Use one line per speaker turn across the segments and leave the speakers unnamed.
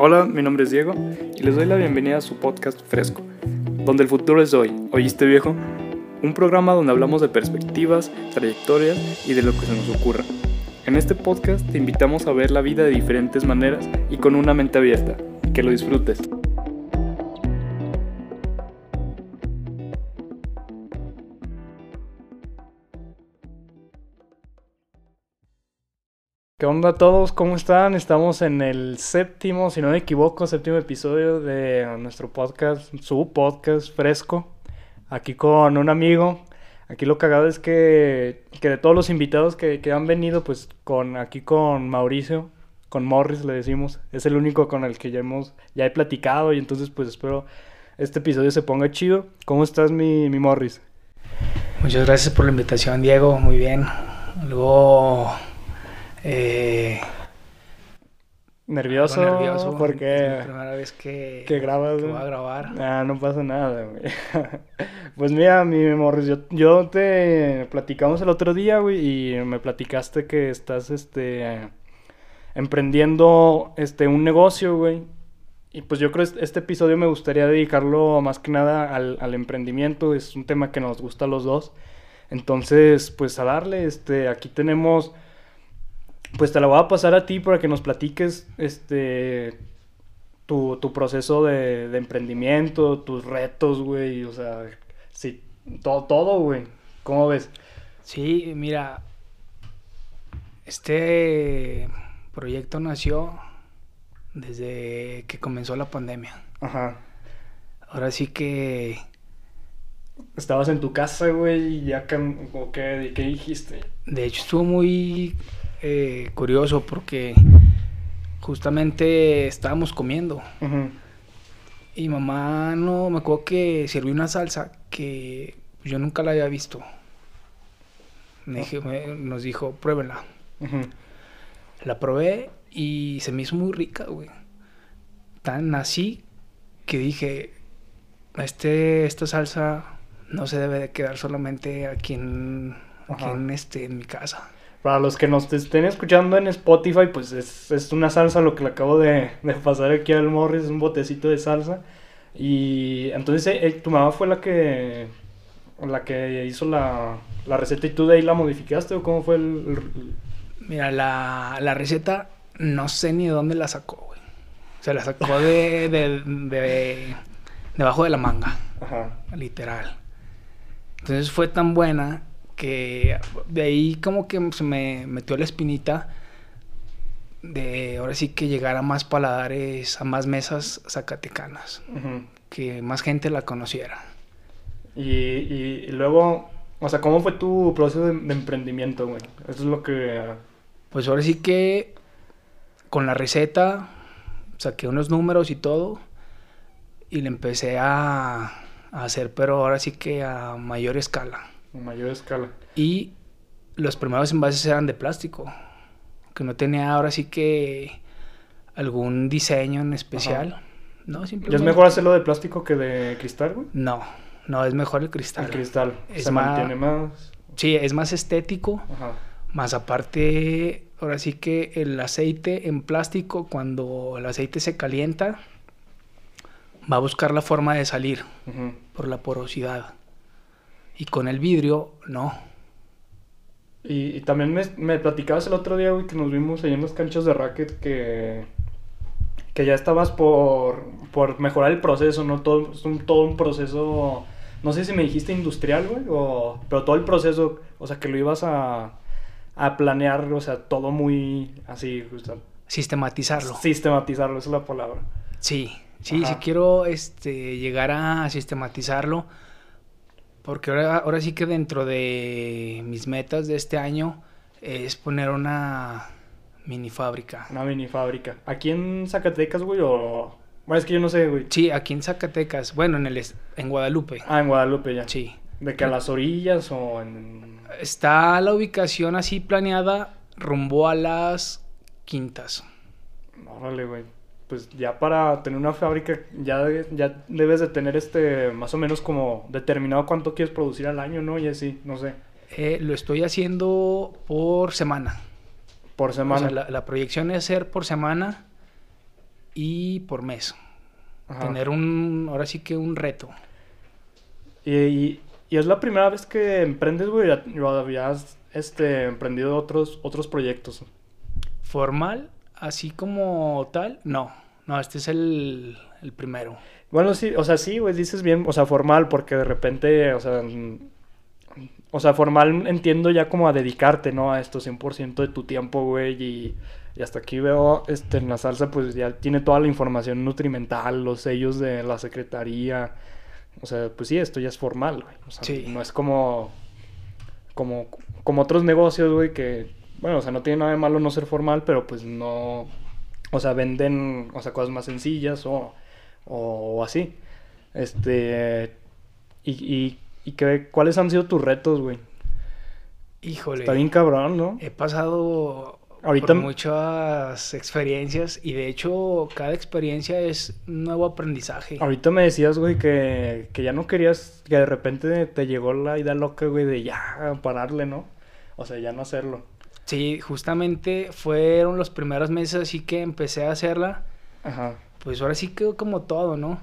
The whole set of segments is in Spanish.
Hola, mi nombre es Diego y les doy la bienvenida a su podcast Fresco, donde el futuro es hoy. ¿Oíste, viejo? Un programa donde hablamos de perspectivas, trayectorias y de lo que se nos ocurra. En este podcast te invitamos a ver la vida de diferentes maneras y con una mente abierta. Que lo disfrutes. ¿Qué onda a todos? ¿Cómo están? Estamos en el séptimo, si no me equivoco, séptimo episodio de nuestro podcast, su podcast Fresco. Aquí con un amigo. Aquí lo cagado es que de todos los invitados que han venido, pues aquí con Mauricio, con Morris le decimos, es el único con el que ya he platicado y entonces pues espero este episodio se ponga chido. ¿Cómo estás, mi Morris?
Muchas gracias por la invitación, Diego, muy bien. Luego...
nervioso porque
es la primera vez que
grabas,
que voy a grabar.
No pasa nada, güey. Pues mira, mi Morris, yo te platicamos el otro día, güey, y me platicaste que estás emprendiendo un negocio, güey. Y pues yo creo que este episodio me gustaría dedicarlo más que nada al emprendimiento. Es un tema que nos gusta a los dos. Entonces, pues a darle, aquí tenemos... Pues te la voy a pasar a ti para que nos platiques tu proceso de emprendimiento, tus retos, güey, o sea, sí, todo, güey. ¿Cómo ves?
Sí, mira, este proyecto nació desde que comenzó la pandemia.
Ajá.
Ahora sí que...
Estabas en tu casa, güey, y ya ¿qué dijiste?
De hecho, estuvo muy... curioso porque justamente estábamos comiendo.
Uh-huh.
Y mamá me acuerdo que sirvió una salsa que yo nunca la había visto. Nos dijo, pruébenla.
Uh-huh.
La probé y se me hizo muy rica, güey. Tan así que dije, esta salsa no se debe de quedar solamente aquí en mi casa.
Para los que nos estén escuchando en Spotify, pues es una salsa lo que le acabo de pasar aquí al Morris, es un botecito de salsa. Y entonces tu mamá fue la que hizo la receta y tú de ahí la modificaste, ¿o cómo fue
Mira, la receta no sé ni de dónde la sacó, güey. Se la sacó de debajo de la manga. Ajá. Literal. Entonces fue tan buena que de ahí como que se me metió la espinita de ahora sí que llegar a más paladares, a más mesas zacatecanas. Uh-huh. Que más gente la conociera.
Y luego, o sea, ¿cómo fue tu proceso de emprendimiento, güey? Eso es lo que...
Pues ahora sí que con la receta saqué unos números y todo y le empecé a hacer, pero ahora sí que a mayor escala.
Mayor escala.
Y los primeros envases eran de plástico, que no tenía ahora sí que algún diseño en especial. Ajá. No, simplemente...
¿Y es mejor hacerlo de plástico que de cristal, güey?
No, es mejor el cristal.
El cristal se mantiene más...
Sí, es más estético. Ajá. Más aparte, ahora sí que el aceite en plástico, cuando el aceite se calienta, va a buscar la forma de salir. Uh-huh. Por la porosidad. Y con el vidrio, no.
Y también me platicabas el otro día, güey, que nos vimos ahí en los canchas de racket que ya estabas por mejorar el proceso, ¿no? Todo un proceso, no sé si me dijiste industrial, güey, pero todo el proceso, o sea, que lo ibas a planear, o sea, todo muy así, justo.
Sistematizarlo,
esa es la palabra.
Sí quiero llegar a sistematizarlo. Porque ahora sí que dentro de mis metas de este año es poner una mini fábrica.
Una mini fábrica. ¿Aquí en Zacatecas, güey, o...? Bueno, es que yo no sé, güey.
Sí, aquí en Zacatecas. Bueno, en Guadalupe.
En Guadalupe ya.
Sí.
¿De que a las orillas o en...?
Está la ubicación así planeada rumbo a las Quintas.
Órale, güey. Pues ya para tener una fábrica ya debes de tener más o menos como determinado cuánto quieres producir al año, ¿no? Y así, no sé.
Lo estoy haciendo por semana.
Por semana.
O sea, la proyección es hacer por semana y por mes.
Ajá.
Tener ahora sí que un reto.
Y es la primera vez que emprendes, güey, o habías emprendido otros proyectos.
Formal, así como tal, no. No, este es el primero.
Bueno, sí, o sea, sí, güey, dices bien, o sea, formal, porque de repente, o sea, formal entiendo ya como a dedicarte, ¿no? A esto 100% de tu tiempo, güey, y hasta aquí veo, en la salsa, pues ya tiene toda la información nutrimental, los sellos de la secretaría, o sea, pues sí, esto ya es formal, güey, o sea,
Sí.
no es como otros negocios, güey, que, bueno, o sea, no tiene nada de malo no ser formal, pero pues no, o sea, venden, o sea, cosas más sencillas o así. ¿Cuáles han sido tus retos, güey?
Híjole.
Está bien cabrón, ¿no?
He pasado
Ahorita
por muchas experiencias y de hecho cada experiencia es un nuevo aprendizaje.
Ahorita me decías, güey, que ya no querías, que de repente te llegó la idea loca, güey, de ya pararle, ¿no? O sea, ya no hacerlo.
Sí, justamente fueron los primeros meses así que empecé a hacerla.
Ajá.
Pues ahora sí que como todo, ¿no?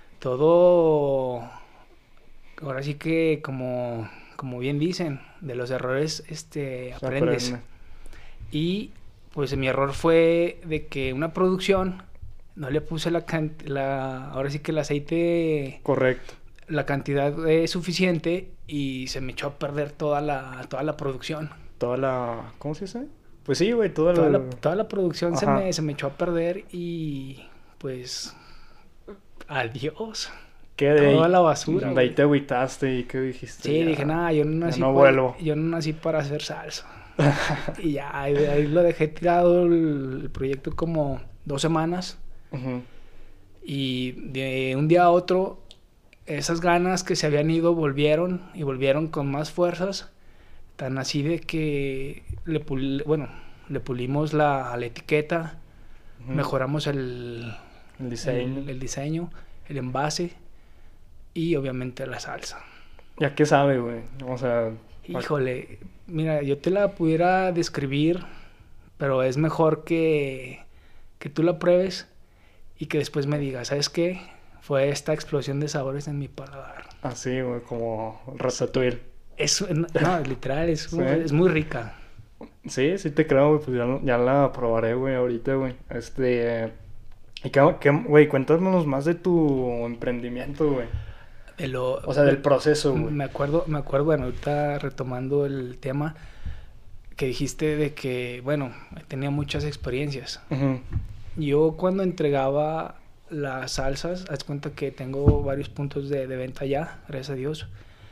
Todo, ahora sí que como bien dicen, de los errores aprendes.
Aprende.
Y pues mi error fue de que una producción no le puse ahora sí que el aceite,
Correcto.
la cantidad suficiente y se me echó a perder toda la producción.
¿Cómo se dice? Pues sí, güey, toda
la producción se
Ajá.
me echó a perder y pues adiós.
Toda
la basura,
de ahí
güey.
te agüitaste y ¿qué dijiste?
Sí, dije, nada, yo no nací
vuelvo.
yo no nací para hacer salsa. Y ya, ahí lo dejé tirado el proyecto como 2 semanas.
Uh-huh.
Y de un día a otro, esas ganas que se habían ido volvieron y volvieron con más fuerzas. Tan así de que le pulimos la etiqueta,
Uh-huh.
mejoramos el
diseño.
El diseño, el envase y obviamente la salsa.
¿Ya qué sabe, güey? O sea...
Híjole, mira, yo te la pudiera describir, pero es mejor que tú la pruebes y que después me digas, ¿sabes qué? Fue esta explosión de sabores en mi paladar.
Así, güey, como Ratatouille.
No, literal,
¿Sí?
Es muy rica.
Sí, sí te creo, güey, pues ya la probaré, güey, ahorita, güey. ¿Y güey, cuéntanos más de tu emprendimiento, güey? O sea, del proceso, güey.
Me acuerdo, bueno, ahorita retomando el tema que dijiste de que, bueno, tenía muchas experiencias.
Uh-huh.
Yo cuando entregaba las salsas, haz cuenta que tengo varios puntos de venta ya, gracias a Dios.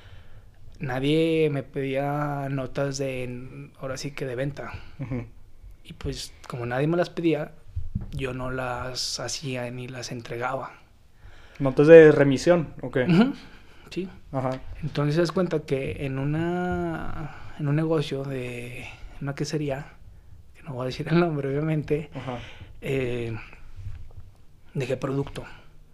Nadie me pedía notas ahora sí que de venta.
Uh-huh.
Y pues como nadie me las pedía, yo no las hacía ni las entregaba.
¿Notas de remisión? Ok.
Uh-huh. Sí.
Ajá.
Entonces te das cuenta que en un negocio de una quesería, que no voy a decir el nombre obviamente,
Ajá.
dejé producto.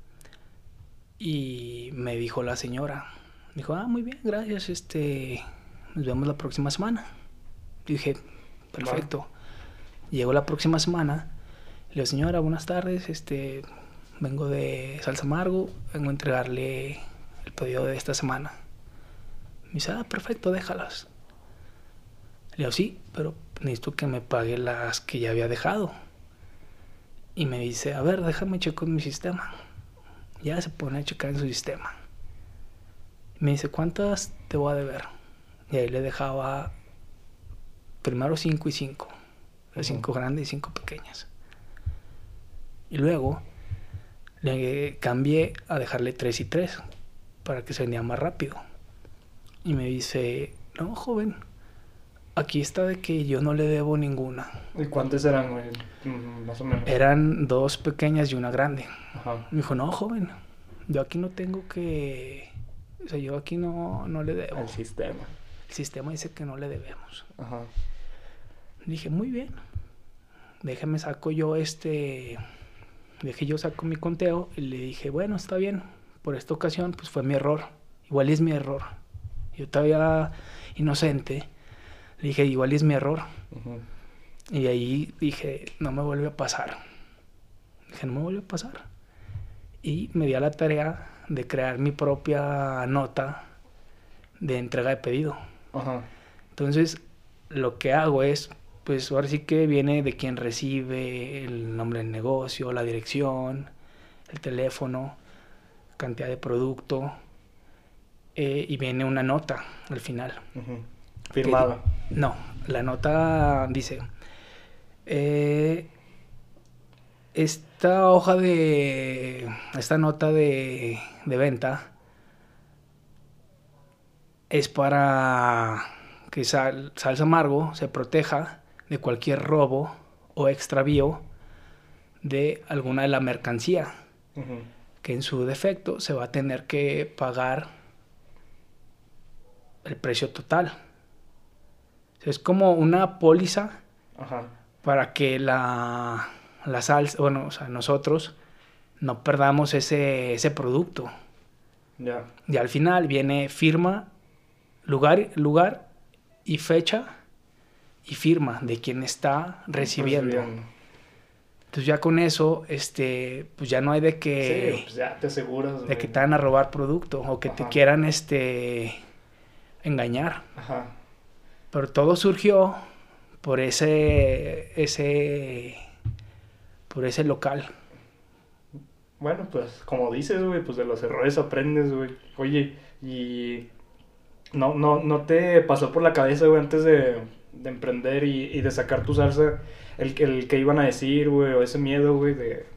Y me dijo la señora, dijo, muy bien, gracias, nos vemos la próxima semana. Y dije, perfecto. Bueno. Llegó la próxima semana, le digo, señora, buenas tardes, vengo de Salsa Amargo, vengo a entregarle el pedido de esta semana. Me dice, perfecto, déjalas. Le digo, sí, pero necesito que me pague las que ya había dejado. Y me dice, a ver, déjame checo en mi sistema. Ya se pone a checar en su sistema. Me dice, ¿cuántas te voy a deber? Y ahí le dejaba primero 5 y 5. 5 grandes y 5 pequeñas. Y luego le cambié a dejarle 3 y 3 para que se vendía más rápido. Y me dice, no, joven, aquí está de que yo no le debo ninguna.
¿Y cuántas eran, güey? Más o menos.
Eran 2 pequeñas y una grande.
Ajá.
Me dijo, no, joven, yo aquí no tengo que... O sea, yo aquí no le debo.
El sistema.
El sistema dice que no le debemos.
Ajá.
Dije, muy bien. Déjeme saco yo saco mi conteo y le dije, bueno, está bien. Por esta ocasión, pues fue mi error. Igual es mi error. Yo todavía inocente. Le dije, igual es mi error.
Uh-huh.
Y ahí dije, no me vuelve a pasar. Dije, no me vuelve a pasar. Y me di a la tarea de crear mi propia nota de entrega de pedido.
Ajá.
Entonces, lo que hago es, pues ahora sí que viene de quien recibe, el nombre del negocio, la dirección, el teléfono, cantidad de producto, y viene una nota al final.
Uh-huh. Firmada.
No, la nota dice, esta nota de venta es para que Salsa Amargo se proteja de cualquier robo o extravío de alguna de la mercancía, uh-huh, que en su defecto se va a tener que pagar el precio total. O sea, es como una póliza, ajá, para que la salsa, bueno, o sea, nosotros no perdamos ese producto.
Yeah.
Y al final viene firma, lugar y fecha y firma de quien está recibiendo. Entonces ya con eso, pues ya no hay de que...
Sí, pues ya te aseguras.
De que te van a robar producto o que, ajá, te quieran, engañar.
Ajá.
Pero todo surgió por ese local.
Bueno, pues como dices, güey, pues de los errores aprendes, güey. Oye, y no te pasó por la cabeza, güey, antes de emprender y de sacar tu salsa, el que iban a decir, güey, o ese miedo, güey,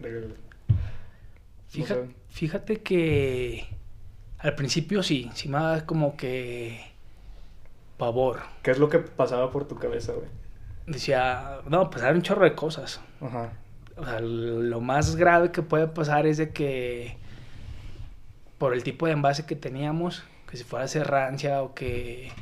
Fíjate que al principio sí me da como que pavor.
¿Qué es lo que pasaba por tu cabeza, güey?
Decía, no, pasaron un chorro de cosas.
Ajá.
O sea, lo más grave que puede pasar es de que por el tipo de envase que teníamos, que si fuera a ser rancia o que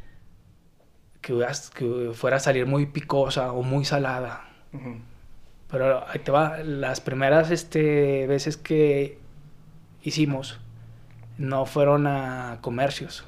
fuera a salir muy picosa o muy salada. Uh-huh. Pero ahí te va, las primeras veces que hicimos no fueron a comercios.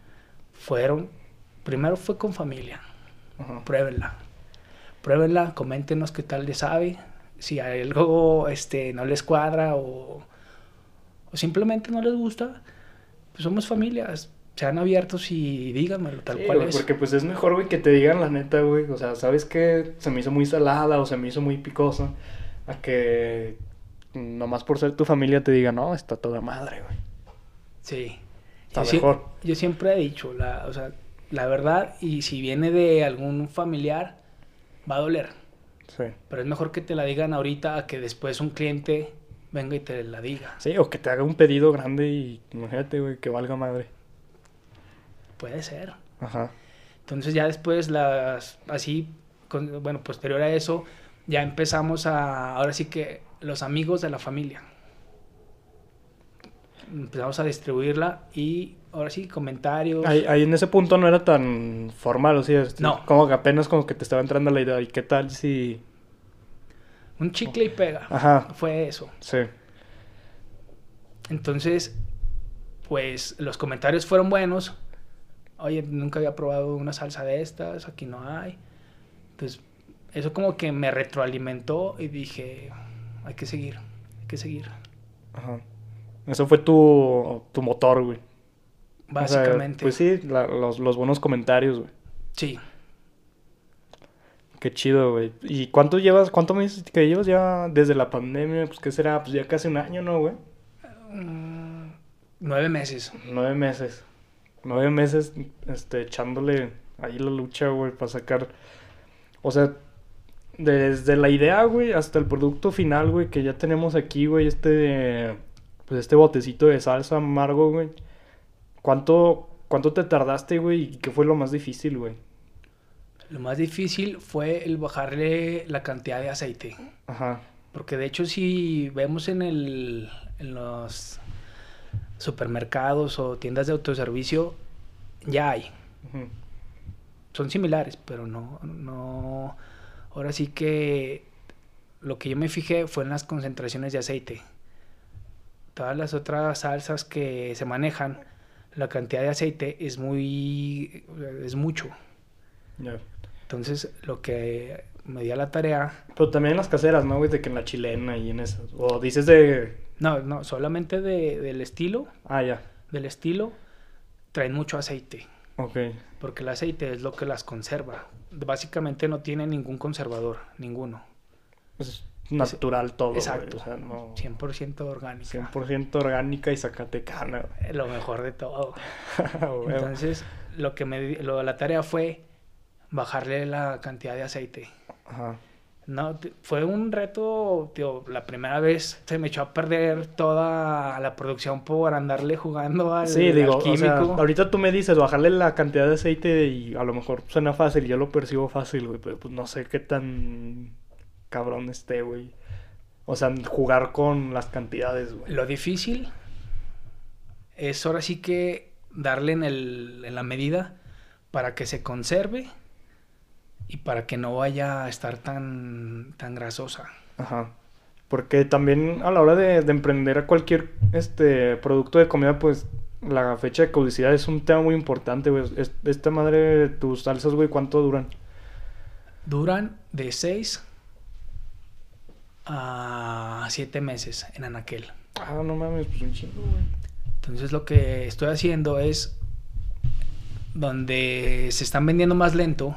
Primero fue con familia. Uh-huh. Pruébenla, coméntenos qué tal les sabe. Si algo no les cuadra o simplemente no les gusta, pues somos familias. Sean abiertos y díganmelo tal cual es.
Porque pues es mejor, güey, que te digan la neta, güey. O sea, ¿sabes qué? Se me hizo muy salada o se me hizo muy picosa. A que nomás por ser tu familia te digan, no, está toda madre, güey.
Sí.
Está mejor.
Yo siempre he dicho, la verdad, y si viene de algún familiar, va a doler.
Sí.
Pero es mejor que te la digan ahorita a que después un cliente venga y te la diga.
Sí, o que te haga un pedido grande y imagínate, güey, que valga madre.
Puede ser.
Ajá.
Entonces ya después posterior a eso, ya empezamos ahora sí que los amigos de la familia. Empezamos a distribuirla y ahora sí, comentarios.
Ahí en ese punto no era tan formal, o sea,
no.
Como que apenas como que te estaba entrando la idea, ¿y qué tal si...?
Un chicle y pega.
Ajá.
Fue eso.
Sí.
Entonces, pues los comentarios fueron buenos. Oye, nunca había probado una salsa de estas, aquí no hay. Entonces, eso como que me retroalimentó y dije, hay que seguir.
Ajá. Eso fue tu motor, güey.
Básicamente.
O sea, pues sí, los buenos comentarios, güey.
Sí.
Qué chido, güey. ¿Y cuánto me dices que llevas ya desde la pandemia? Pues, ¿qué será? Pues ya casi un año, ¿no, güey?
9 meses.
9 meses. 9 meses, echándole ahí la lucha, güey, para sacar... O sea, desde la idea, güey, hasta el producto final, güey, que ya tenemos aquí, güey, pues este botecito de salsa amargo, güey. ¿Cuánto te tardaste, güey? ¿Y qué fue lo más difícil, güey?
Lo más difícil fue el bajarle la cantidad de aceite.
Ajá.
Porque de hecho si vemos en los supermercados o tiendas de autoservicio, ya hay. Uh-huh. Son similares, pero no. Ahora sí que lo que yo me fijé fue en las concentraciones de aceite. Todas las otras salsas que se manejan, la cantidad de aceite es mucho.
Yeah.
Entonces, lo que me di a la tarea.
Pero también en las caseras, ¿no, güey? De que en la chilena y en esas. O dices de...
No, solamente del estilo.
Ah, ya.
Del estilo, traen mucho aceite.
Ok.
Porque el aceite es lo que las conserva. Básicamente no tiene ningún conservador, ninguno.
Es natural todo.
Exacto.
Güey. O sea, no...
100% orgánica.
100% orgánica y zacatecana.
Lo mejor de todo.
Bueno.
Entonces, la tarea fue bajarle la cantidad de aceite.
Ajá.
No, fue un reto, tío. La primera vez se me echó a perder toda la producción por andarle jugando al,
sí, digo,
al químico.
O sea, ahorita tú me dices bajarle la cantidad de aceite y a lo mejor suena fácil, yo lo percibo fácil, güey, pero pues no sé qué tan cabrón esté, güey. O sea, jugar con las cantidades, güey.
Lo difícil es ahora sí que darle en la medida para que se conserve y para que no vaya a estar tan grasosa.
Ajá. Porque también a la hora de emprender cualquier producto de comida, pues la fecha de caducidad es un tema muy importante, güey. Esta madre, tus salsas, güey, ¿cuánto duran?
Duran de 6 a 7 meses en anaquel.
Ah, no mames, pues un chingo, güey.
Entonces lo que estoy haciendo es, donde se están vendiendo más lento,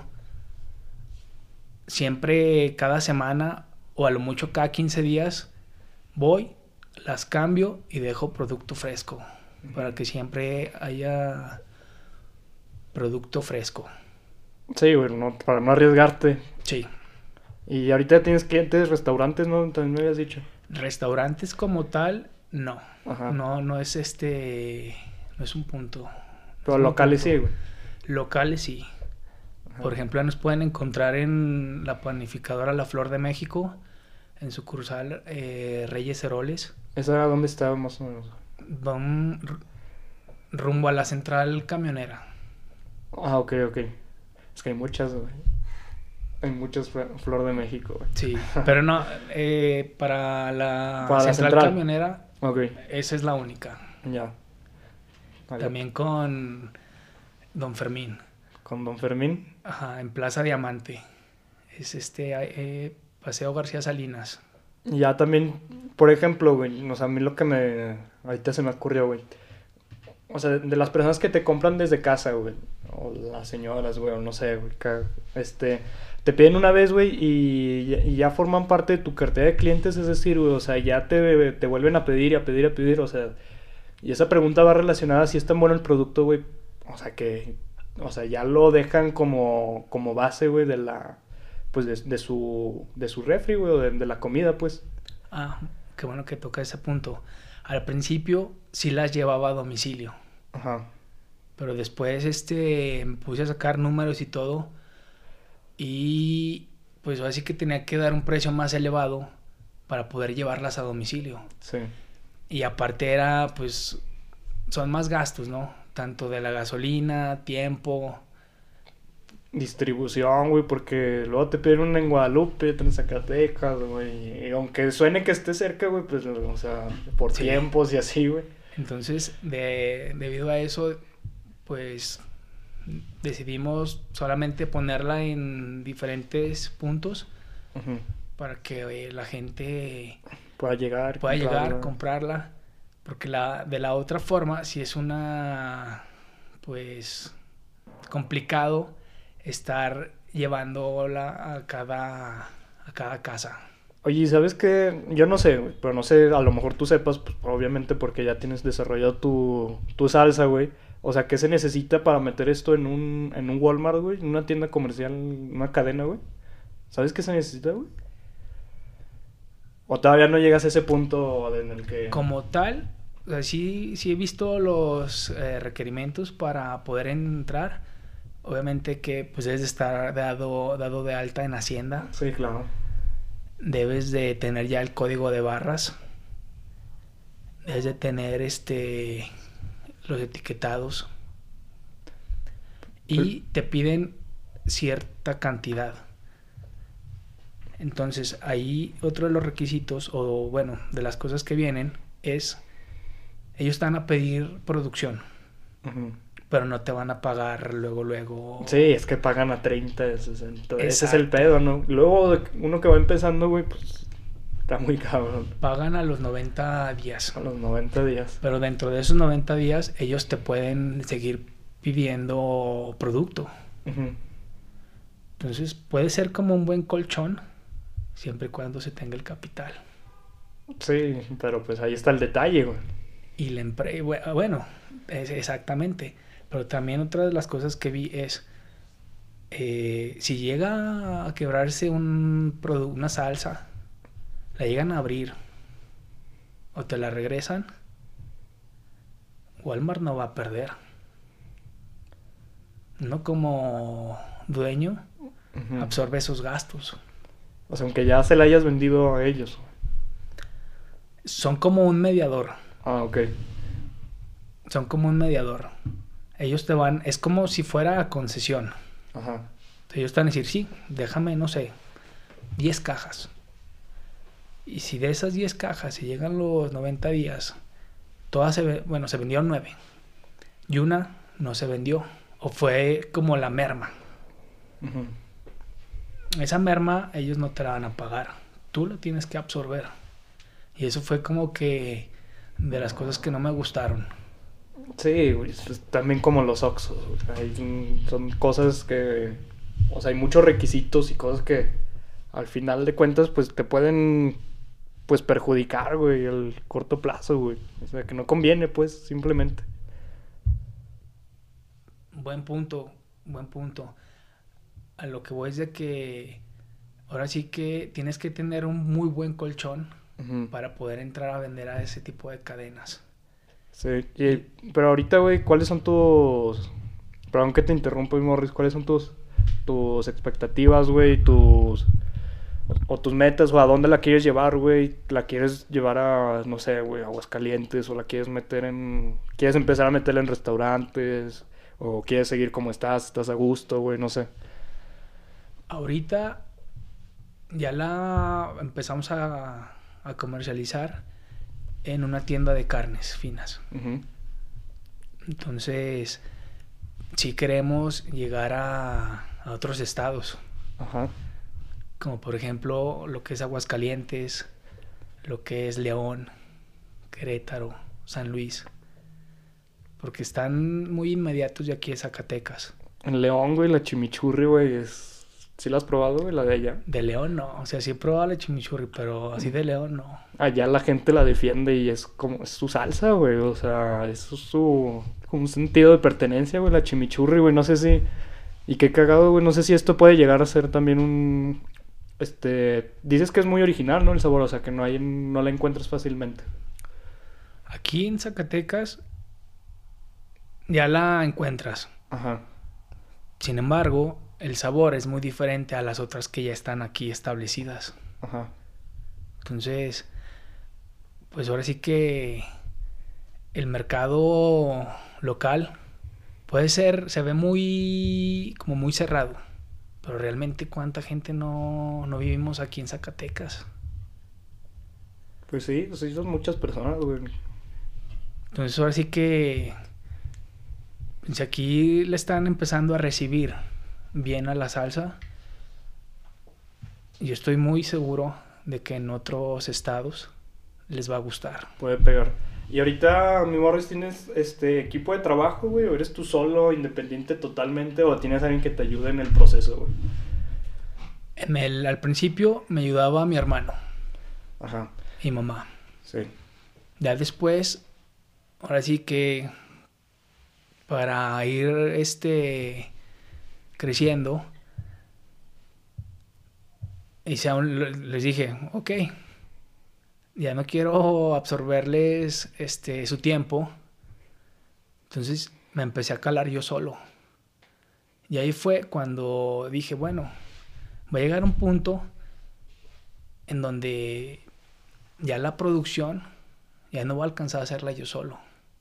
siempre cada semana o a lo mucho cada 15 días voy, las cambio y dejo producto fresco. Para que siempre haya producto fresco.
Sí, güey, para no arriesgarte.
Sí.
Y ahorita tienes clientes, restaurantes, ¿no? También me habías dicho.
Restaurantes como tal, no.
Ajá.
No es no es un punto.
Pero locales sí, güey.
Locales sí. Ajá. Por ejemplo, nos pueden encontrar en la panificadora La Flor de México, en sucursal Reyes Heroles.
¿Esa dónde está más o menos?
Van rumbo a la central camionera.
Ah, ok. Es que hay muchas, güey. Hay muchas Flor de México, güey.
Sí, pero no, para la central camionera,
okay.
Esa es la única.
Ya. Vale.
También con Don Fermín.
¿Con Don Fermín?
Ajá, en Plaza Diamante. Es Paseo García Salinas.
Ya también, por ejemplo, güey, o sea, a mí lo que ahorita se me ocurrió, güey. O sea, de las personas que te compran desde casa, güey, o las señoras, güey, o no sé, güey, te piden una vez, güey, y ya forman parte de tu cartera de clientes, es decir, güey, o sea, ya te vuelven a pedir y a pedir, a pedir, o sea, y esa pregunta va relacionada a si es tan bueno el producto, güey, o sea, ya lo dejan como base, güey, de la, pues, de su refri, güey, o de la comida, pues.
Ah, qué bueno que toca ese punto. Al principio sí las llevaba a domicilio.
Ajá.
Pero después me puse a sacar números y todo. Y pues así que tenía que dar un precio más elevado para poder llevarlas a domicilio.
Sí.
Y aparte pues son más gastos, ¿no? Tanto de la gasolina, tiempo,
distribución, güey, porque luego te piden una en Guadalupe, otra en Zacatecas, güey, y aunque suene que esté cerca, güey, pues, o sea, por sí. Tiempos y así, güey.
Entonces, debido a eso, pues, decidimos solamente ponerla en diferentes puntos uh-huh. para que la gente
pueda llegar,
comprarla, porque de la otra forma, si es pues, complicado estar llevándola a cada casa.
Oye, ¿sabes qué? Yo no sé, güey, pero no sé, a lo mejor tú sepas, pues obviamente porque ya tienes desarrollado tu salsa, güey. O sea, ¿qué se necesita para meter esto en un Walmart, güey? En una tienda comercial, una cadena, güey. ¿Sabes qué se necesita, güey? ¿O todavía no llegas a ese punto en el que...?
Como tal, o sea, sí he visto los requerimientos para poder entrar. Obviamente que pues debes de estar dado de alta en Hacienda.
Sí, claro.
Debes de tener ya el código de barras. Debes de tener los etiquetados. Y te piden cierta cantidad. Entonces ahí otro de los requisitos, o bueno, de las cosas que vienen es, ellos están a pedir producción.
Uh-huh.
pero no te van a pagar luego.
Sí, es que pagan a 30, 60. Ese es el pedo, ¿no? Luego uno que va empezando, güey, pues está muy cabrón.
Pagan a los 90 días.
A los 90 días.
Pero dentro de esos 90 días, ellos te pueden seguir pidiendo producto.
Uh-huh.
Entonces, puede ser como un buen colchón, siempre y cuando se tenga el capital.
Sí, pero pues ahí está el detalle, güey.
Y la empresa, bueno, exactamente. Pero también otra de las cosas que vi es, si llega a quebrarse una salsa, la llegan a abrir o te la regresan, Walmart no va a perder. No como dueño, uh-huh, absorbe esos gastos.
O sea, aunque ya se la hayas vendido a ellos.
Son como un mediador.
Ah, ok.
Son como un mediador. Ellos te van... Es como si fuera concesión.
Ajá.
Ellos te van a decir, sí, déjame, no sé, 10 cajas. Y si de esas 10 cajas, si llegan los 90 días, todas se vendieron 9. Y una no se vendió. O fue como la merma. Uh-huh. Esa merma ellos no te la van a pagar. Tú la tienes que absorber. Y eso fue como que de las cosas que no me gustaron.
Sí, güey, pues también como los Oxxos. Son cosas que... O sea, hay muchos requisitos y cosas que al final de cuentas pues te pueden pues perjudicar, güey, al corto plazo, güey. O sea, que no conviene, pues, simplemente.
Buen punto. A lo que voy es de que ahora sí que tienes que tener un muy buen colchón, uh-huh, para poder entrar a vender a ese tipo de cadenas.
Sí, pero ahorita, güey, ¿cuáles son tus... Perdón que te interrumpo, Morris, ¿cuáles son tus expectativas, güey, tus metas, o a dónde la quieres llevar, güey? ¿La quieres llevar a, no sé, güey, Aguascalientes, o la quieres quieres empezar a meterla en restaurantes, o quieres seguir como estás a gusto, güey, no sé?
Ahorita ya la empezamos a comercializar en una tienda de carnes finas. Uh-huh. Entonces, sí queremos llegar a otros estados.
Ajá.
Como por ejemplo lo que es Aguascalientes, lo que es León, Querétaro, San Luis. Porque están muy inmediatos de aquí de Zacatecas.
En León, güey, la chimichurri, güey, es... ¿Sí la has probado, güey, la de allá?
De León no, o sea, sí he probado la chimichurri, pero así de León no.
Allá la gente la defiende y es como... Es su salsa, güey, o sea, es un sentido de pertenencia, güey, la chimichurri, güey, no sé si... Y qué cagado, güey, no sé si esto puede llegar a ser también un... Dices que es muy original, ¿no? El sabor, o sea, que no la encuentras fácilmente.
Aquí en Zacatecas ya la encuentras.
Ajá.
Sin embargo, el sabor es muy diferente a las otras que ya están aquí establecidas.
Ajá.
Entonces, pues ahora sí que el mercado local se ve como muy cerrado, pero realmente cuánta gente no vivimos aquí en Zacatecas.
Pues sí son muchas personas, güey.
Entonces ahora sí que si aquí le están empezando a recibir bien a la salsa, yo estoy muy seguro de que en otros estados les va a gustar.
Puede pegar. Y ahorita, mi Morris, ¿tienes equipo de trabajo, güey? ¿O eres tú solo, independiente totalmente? ¿O tienes alguien que te ayude en el proceso, güey?
Al principio me ayudaba mi hermano.
Ajá.
Y mamá.
Sí.
Ya después, ahora sí que para ir creciendo, les dije, ok, ya no quiero absorberles su tiempo. Entonces me empecé a calar yo solo. Y ahí fue cuando dije, bueno, va a llegar un punto en donde ya la producción ya no va a alcanzar a hacerla yo solo.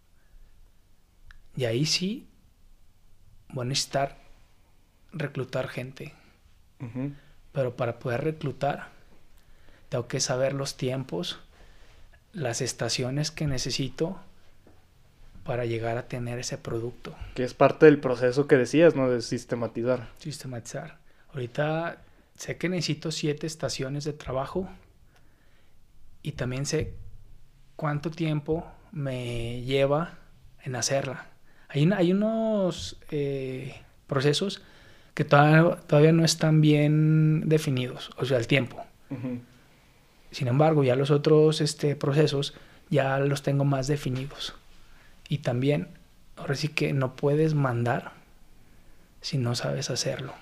Y ahí sí voy a necesitar reclutar gente.
Uh-huh.
Pero para poder reclutar tengo que saber los tiempos, las estaciones que necesito para llegar a tener ese producto.
Que es parte del proceso que decías, ¿no? De sistematizar.
Sistematizar. Ahorita sé que necesito 7 estaciones de trabajo y también sé cuánto tiempo me lleva en hacerla. Hay unos procesos que todavía no están bien definidos, o sea, el tiempo.
Uh-huh.
Sin embargo, ya los otros procesos ya los tengo más definidos. Y también, ahora sí que no puedes mandar si no sabes hacerlo.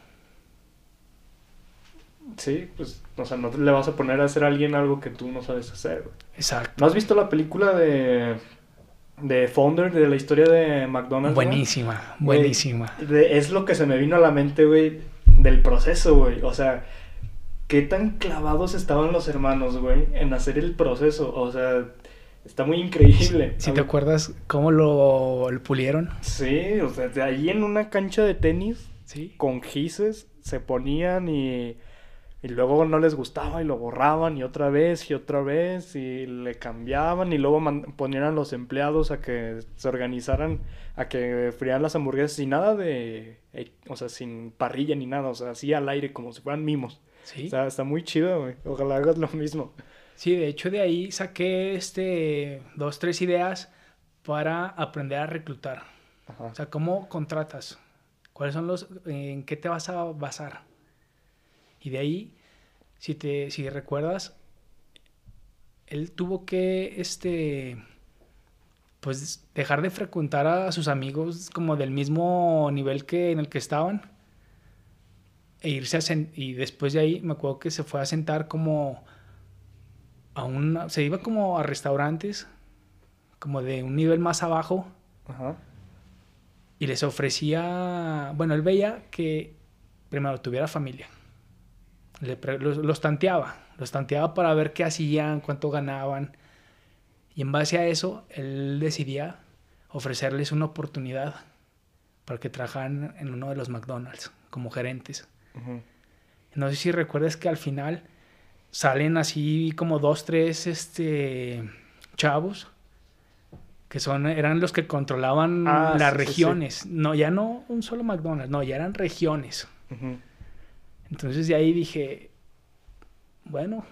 Sí, pues, o sea, no le vas a poner a hacer a alguien algo que tú no sabes hacer.
Exacto.
¿No has visto la película de Founder, de la historia de McDonald's?
Buenísima, ¿no? Buenísima.
Es lo que se me vino a la mente, güey, del proceso, güey. O sea, qué tan clavados estaban los hermanos, güey, en hacer el proceso. O sea, está muy increíble.
¿Sí te acuerdas cómo lo pulieron?
Sí, o sea, de ahí en una cancha de tenis,
¿Sí?
Con gises, se ponían y luego no les gustaba y lo borraban y otra vez y le cambiaban y luego ponían a los empleados a que se organizaran, a que frían las hamburguesas sin nada o sea, sin parrilla ni nada, o sea, así al aire como si fueran mimos.
Sí.
O sea, está muy chido, güey. Ojalá hagas lo mismo.
Sí, de hecho de ahí saqué 2, 3 ideas para aprender a reclutar.
Ajá.
O sea, ¿cómo contratas? ¿Cuáles son en qué te vas a basar? Y de ahí, si recuerdas, él tuvo que, pues, dejar de frecuentar a sus amigos como del mismo nivel en el que estaban. E irse y después de ahí me acuerdo que se fue a sentar como se iba como a restaurantes, como de un nivel más abajo.
Ajá.
Y les ofrecía, bueno, él veía que primero tuviera familia. Los tanteaba para ver qué hacían, cuánto ganaban. Y en base a eso, él decidía ofrecerles una oportunidad para que trabajaran en uno de los McDonald's como gerentes.
Uh-huh.
No sé si recuerdas que al final salen así como 2, 3 chavos que eran los que controlaban las regiones. Sí. No, ya no un solo McDonald's, no, ya eran regiones.
Uh-huh.
Entonces de ahí dije, bueno,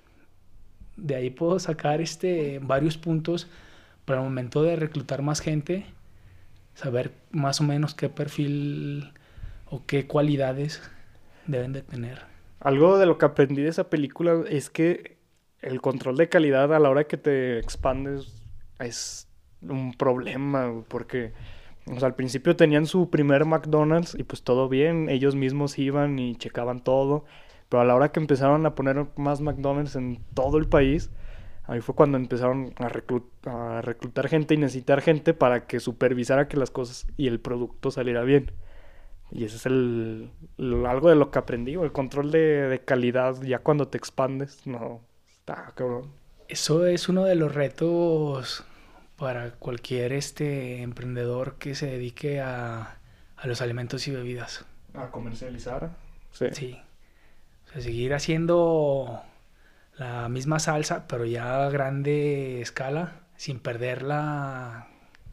de ahí puedo sacar varios puntos para el momento de reclutar más gente, saber más o menos qué perfil o qué cualidades deben de tener.
Algo de lo que aprendí de esa película es que el control de calidad a la hora que te expandes es un problema, porque o sea, al principio tenían su primer McDonald's y pues todo bien, ellos mismos iban y checaban todo, pero a la hora que empezaron a poner más McDonald's en todo el país, ahí fue cuando empezaron a reclutar gente y necesitar gente para que supervisara que las cosas y el producto saliera bien. Y ese es algo de lo que aprendí, el control de calidad ya cuando te expandes, no, está cabrón.
Eso es uno de los retos para cualquier emprendedor que se dedique a los alimentos y bebidas.
¿A comercializar? Sí.
Sí. O sea, seguir haciendo la misma salsa, pero ya a grande escala, sin perder la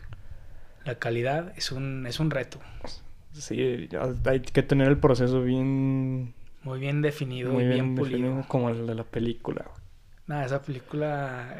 calidad, es un reto.
Sí, hay que tener el proceso bien...
Muy bien definido y bien pulido. Definido,
como el de la película.
Nada, esa película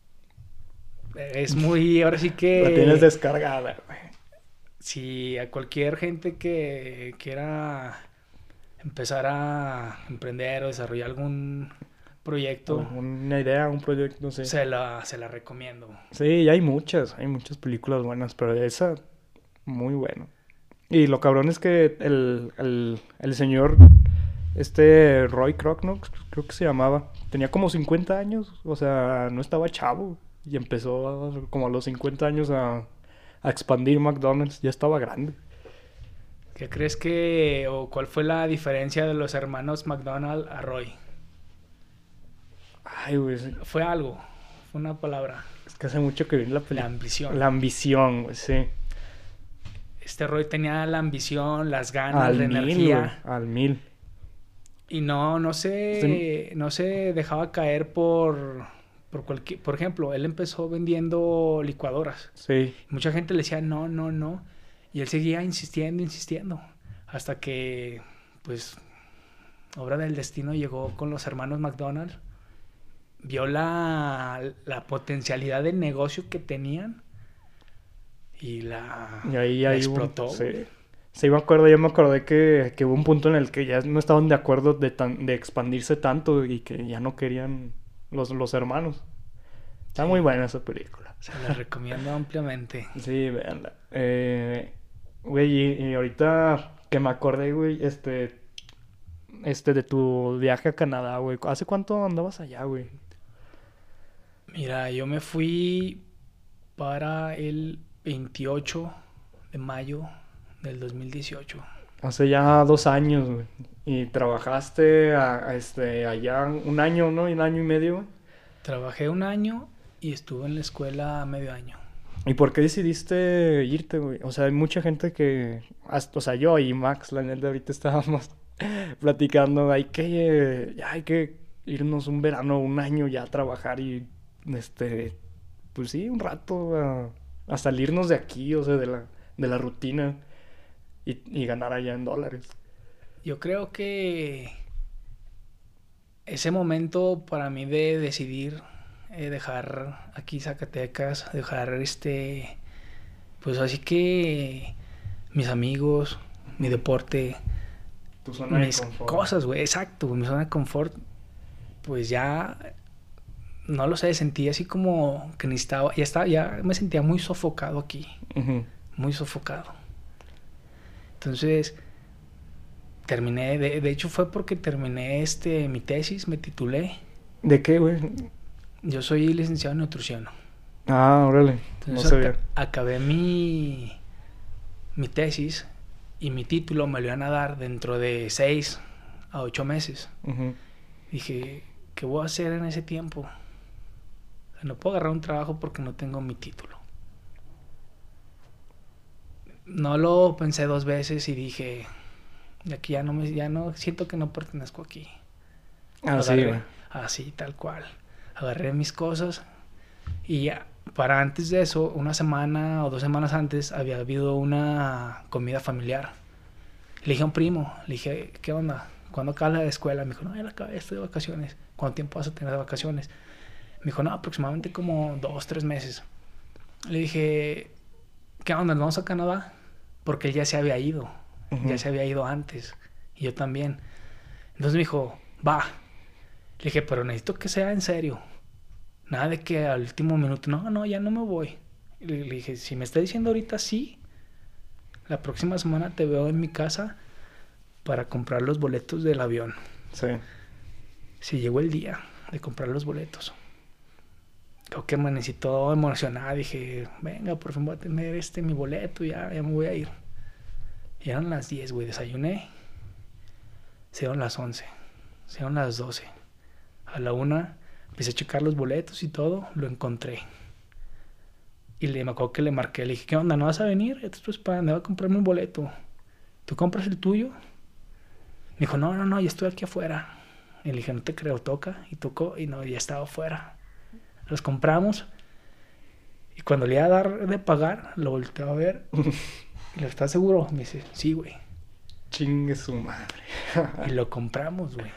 es muy... Ahora sí que...
La tienes descargada, güey.
Si a cualquier gente que quiera empezar a emprender o desarrollar algún proyecto...
Una idea, un proyecto, no sé.
Se la recomiendo.
Sí, hay muchas películas buenas, pero esa, muy bueno. Y lo cabrón es que el señor, Roy Kroc, ¿no? Creo que se llamaba. Tenía como 50 años, o sea, no estaba chavo. Y empezó como a los 50 años a expandir McDonald's. Ya estaba grande.
¿Qué crees o cuál fue la diferencia de los hermanos McDonald a Roy?
Ay, güey.
Fue algo, fue una palabra.
Es que hace mucho que vi la película.
La ambición.
La ambición, güey, sí.
Roy tenía la ambición, las ganas, la energía.
Al 1000.
Y no se dejaba caer por Por ejemplo, él empezó vendiendo licuadoras.
Sí.
Mucha gente le decía no, no, no. Y él seguía insistiendo, insistiendo. Hasta que, pues, obra del destino, llegó con los hermanos McDonald's. Vio la potencialidad del negocio que tenían. Y
ahí
explotó.
Sí. Sí, yo me acordé que hubo un punto en el que ya no estaban de acuerdo de expandirse tanto y que ya no querían los hermanos. Está muy buena esa película.
Se la recomiendo ampliamente.
Sí, véanla. Güey, y ahorita que me acordé, güey, de tu viaje a Canadá, güey. ¿Hace cuánto andabas allá, güey?
Mira, yo me fui para el 28 de mayo del 2018.
Hace ya 2 años, güey. Y trabajaste allá un año, ¿no? Un año y medio, güey.
Trabajé 1 año y estuve en la escuela medio año.
¿Y por qué decidiste irte, güey? O sea, hay mucha gente que... O sea, yo y Max, la neta, ahorita estábamos platicando. Hay que irnos un verano, 1 año ya a trabajar y... Pues sí, un rato a salirnos de aquí, o sea, de la rutina y ganar allá en dólares.
Yo creo que ese momento para mí de decidir dejar aquí Zacatecas, dejar pues así que mis amigos, mi deporte,
tu zona
mis
de confort.
Cosas, güey, exacto, mi zona de confort, pues ya no lo sé, sentí así como que necesitaba, ya me sentía muy sofocado aquí, muy sofocado. Entonces terminé, de hecho fue porque terminé mi tesis, me titulé.
¿De qué, güey?
Yo soy licenciado en nutrición.
Ah, órale.
Entonces
no sabía.
Acabé mi tesis y mi título me lo iban a dar dentro de 6 a 8 meses. Dije, ¿qué voy a hacer en ese tiempo? O sea, no puedo agarrar un trabajo porque no tengo mi título. No lo pensé 2 veces y dije, aquí ya no siento que no pertenezco aquí. Así, tal cual. Agarré mis cosas y ya, para antes de eso, 1 semana o 2 semanas antes, había habido una comida familiar. Le dije a un primo, le dije, ¿qué onda? ¿Cuándo acabas la escuela? Me dijo, no, ya la acabé, estoy de vacaciones. ¿Cuánto tiempo vas a tener de vacaciones? Me dijo, no, aproximadamente como 2, 3 meses. Le dije, ¿qué onda? ¿Nos vamos a Canadá? Porque él ya se había ido. Ya se había ido antes. Y yo también. Entonces me dijo, va. Le dije, pero necesito que sea en serio. Nada de que al último minuto, no, ya no me voy. Le dije, si me está diciendo ahorita sí, la próxima semana te veo en mi casa para comprar los boletos del avión.
Sí.
Sí, llegó el día de comprar los boletos. Creo que me necesitó emocionar. Dije, venga, por fin voy a tener mi boleto, ya me voy a ir. Y eran las 10, güey, desayuné. Se dieron las 11. Se dieron las 12. A la 1 empecé a checar los boletos y todo, lo encontré. Y me acuerdo que le marqué, le dije, ¿qué onda? ¿No vas a venir? Esto es tu spam, me voy a comprarme un boleto. ¿Tú compras el tuyo? Me dijo, no, ya estoy aquí afuera. Y le dije, no te creo, toca. Y tocó, y no, ya estaba afuera. Los compramos. Y cuando le iba a dar de pagar, lo volteó a ver. Y le ¿estás seguro? Me dice, sí, güey.
Chingue su madre.
Y lo compramos, güey.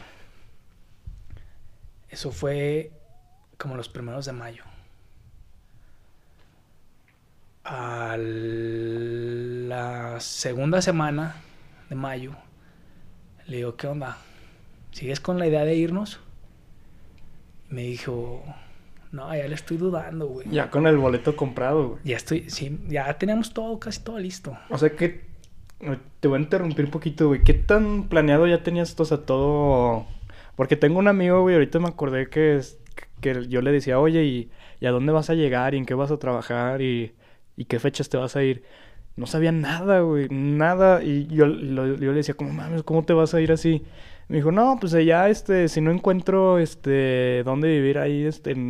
Eso fue como los primeros de mayo. A la segunda semana de mayo, le digo, ¿qué onda? ¿Sigues con la idea de irnos? Y me dijo, no, ya le estoy dudando, güey.
Ya con el boleto comprado, güey.
Ya teníamos casi todo listo.
O sea que, te voy a interrumpir un poquito, güey. ¿Qué tan planeado ya tenías esto, o sea, todo? Porque tengo un amigo, güey, ahorita me acordé que yo le decía, oye, ¿y a dónde vas a llegar? ¿Y en qué vas a trabajar? ¿Y qué fechas te vas a ir? No sabía nada, güey, nada. Y yo le decía, como, mames, ¿cómo te vas a ir así? Me dijo, no, pues allá, si no encuentro, dónde vivir ahí,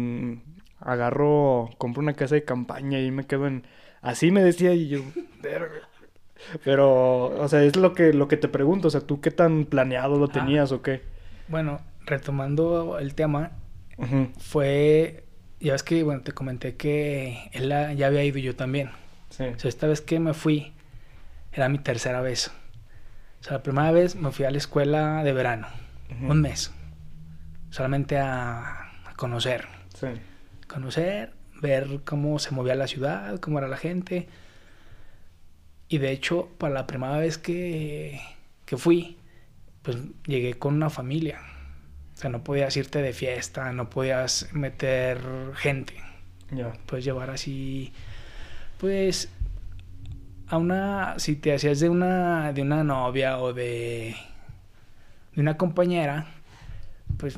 compro una casa de campaña y me quedo en... Así me decía y yo, pero, o sea, es lo que te pregunto, o sea, ¿tú qué tan planeado lo tenías o qué?
Bueno, retomando el tema, fue ya ves que, bueno, te comenté que él ya había ido y yo también.
Sí.
O sea, esta vez que me fui, era mi tercera vez. O sea, la primera vez me fui a la escuela de verano, un mes. Solamente a conocer.
Sí.
Conocer, ver cómo se movía la ciudad, cómo era la gente. Y de hecho, para la primera vez que fui, pues llegué con una familia. O sea, no podías irte de fiesta, no podías meter gente.
Ya.
Puedes llevar así, pues, si te hacías de una novia o de una compañera, pues,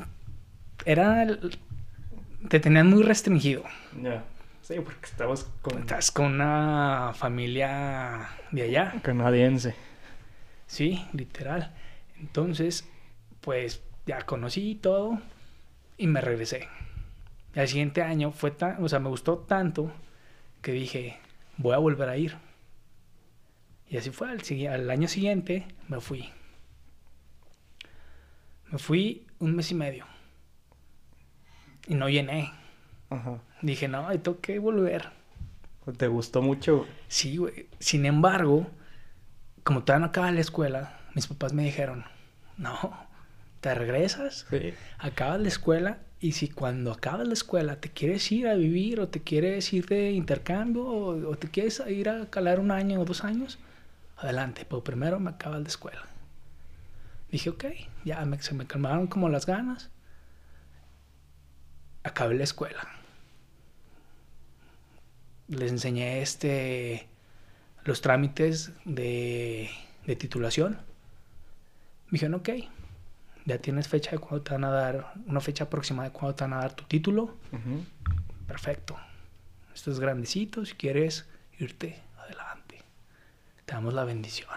te tenían muy restringido.
Ya. Sí, porque
Estás con una familia de allá.
Canadiense.
Sí, literal. Entonces, pues ya conocí todo y me regresé. Y al siguiente año me gustó tanto que dije, voy a volver a ir. Y así fue, al año siguiente me fui. Me fui un mes y medio. Y no llené.
Ajá.
Dije, no, tengo que volver.
¿Te gustó mucho?
Sí, güey. Sin embargo, como todavía no acaba la escuela, mis papás me dijeron, no, te regresas,
sí.
Acabas la escuela, y si cuando acabas la escuela te quieres ir a vivir o te quieres ir de intercambio o te quieres ir a calar 1 año o 2 años, adelante, pero primero me acabas la escuela. Dije, ok, ya se me calmaron como las ganas. Acabé la escuela. Les enseñé los trámites de titulación. Me dijeron, ok, ya tienes fecha de cuándo te van a dar, una fecha aproximada de cuándo te van a dar tu título. Perfecto. Esto es grandecito, si quieres irte, adelante. Te damos la bendición.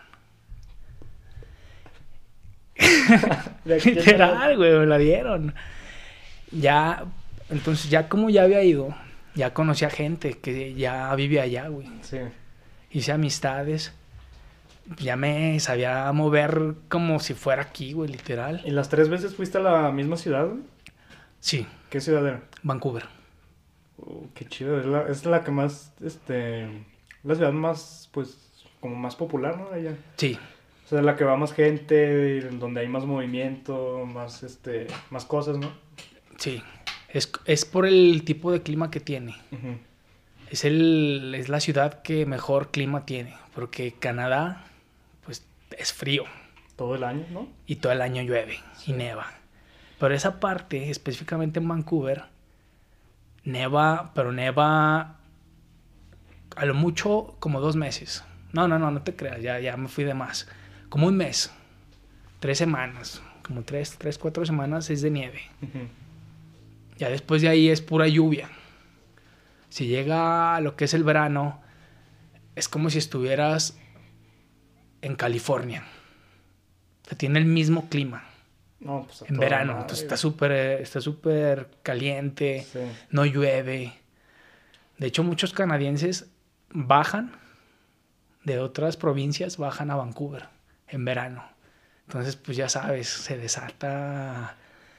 Literal, güey, me la dieron. Ya, entonces ya como ya había ido, ya conocía gente que ya vivía allá, güey.
Sí.
Hice amistades. Ya me sabía mover como si fuera aquí, güey, literal.
¿Y las 3 veces fuiste a la misma ciudad, güey?
Sí.
¿Qué ciudad era?
Vancouver.
Qué chido. Es la que más, la ciudad más, pues, como más popular, ¿no? Allá.
Sí.
O sea, la que va más gente, donde hay más movimiento, más, más cosas, ¿no?
Sí. Es por el tipo de clima que tiene. Es la ciudad que mejor clima tiene. Porque Canadá, pues, es frío.
Todo el año, ¿no?
Y todo el año llueve y neva. Pero esa parte, específicamente en Vancouver, neva, pero neva a lo mucho como 2 meses. No te creas, ya me fui de más. Como 1 mes, 3 semanas, como 4 semanas es de nieve. Ya después de ahí es pura lluvia. Si llega lo que es el verano, es como si estuvieras en California. O sea, tiene el mismo clima.
No, pues
en verano. Entonces está súper caliente.
Sí.
No llueve. De hecho, muchos canadienses bajan de otras provincias, bajan a Vancouver en verano. Entonces, pues ya sabes, se desata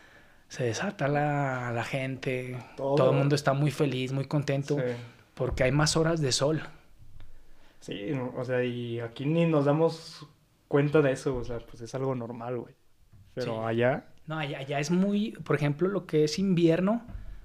la gente. Todo el mundo está muy feliz, muy contento.
Sí.
Porque hay más horas de sol.
Sí, o sea, y aquí ni nos damos cuenta de eso. O sea, pues es algo normal, güey. Pero sí. Allá...
No, allá es muy... Por ejemplo, lo que es invierno,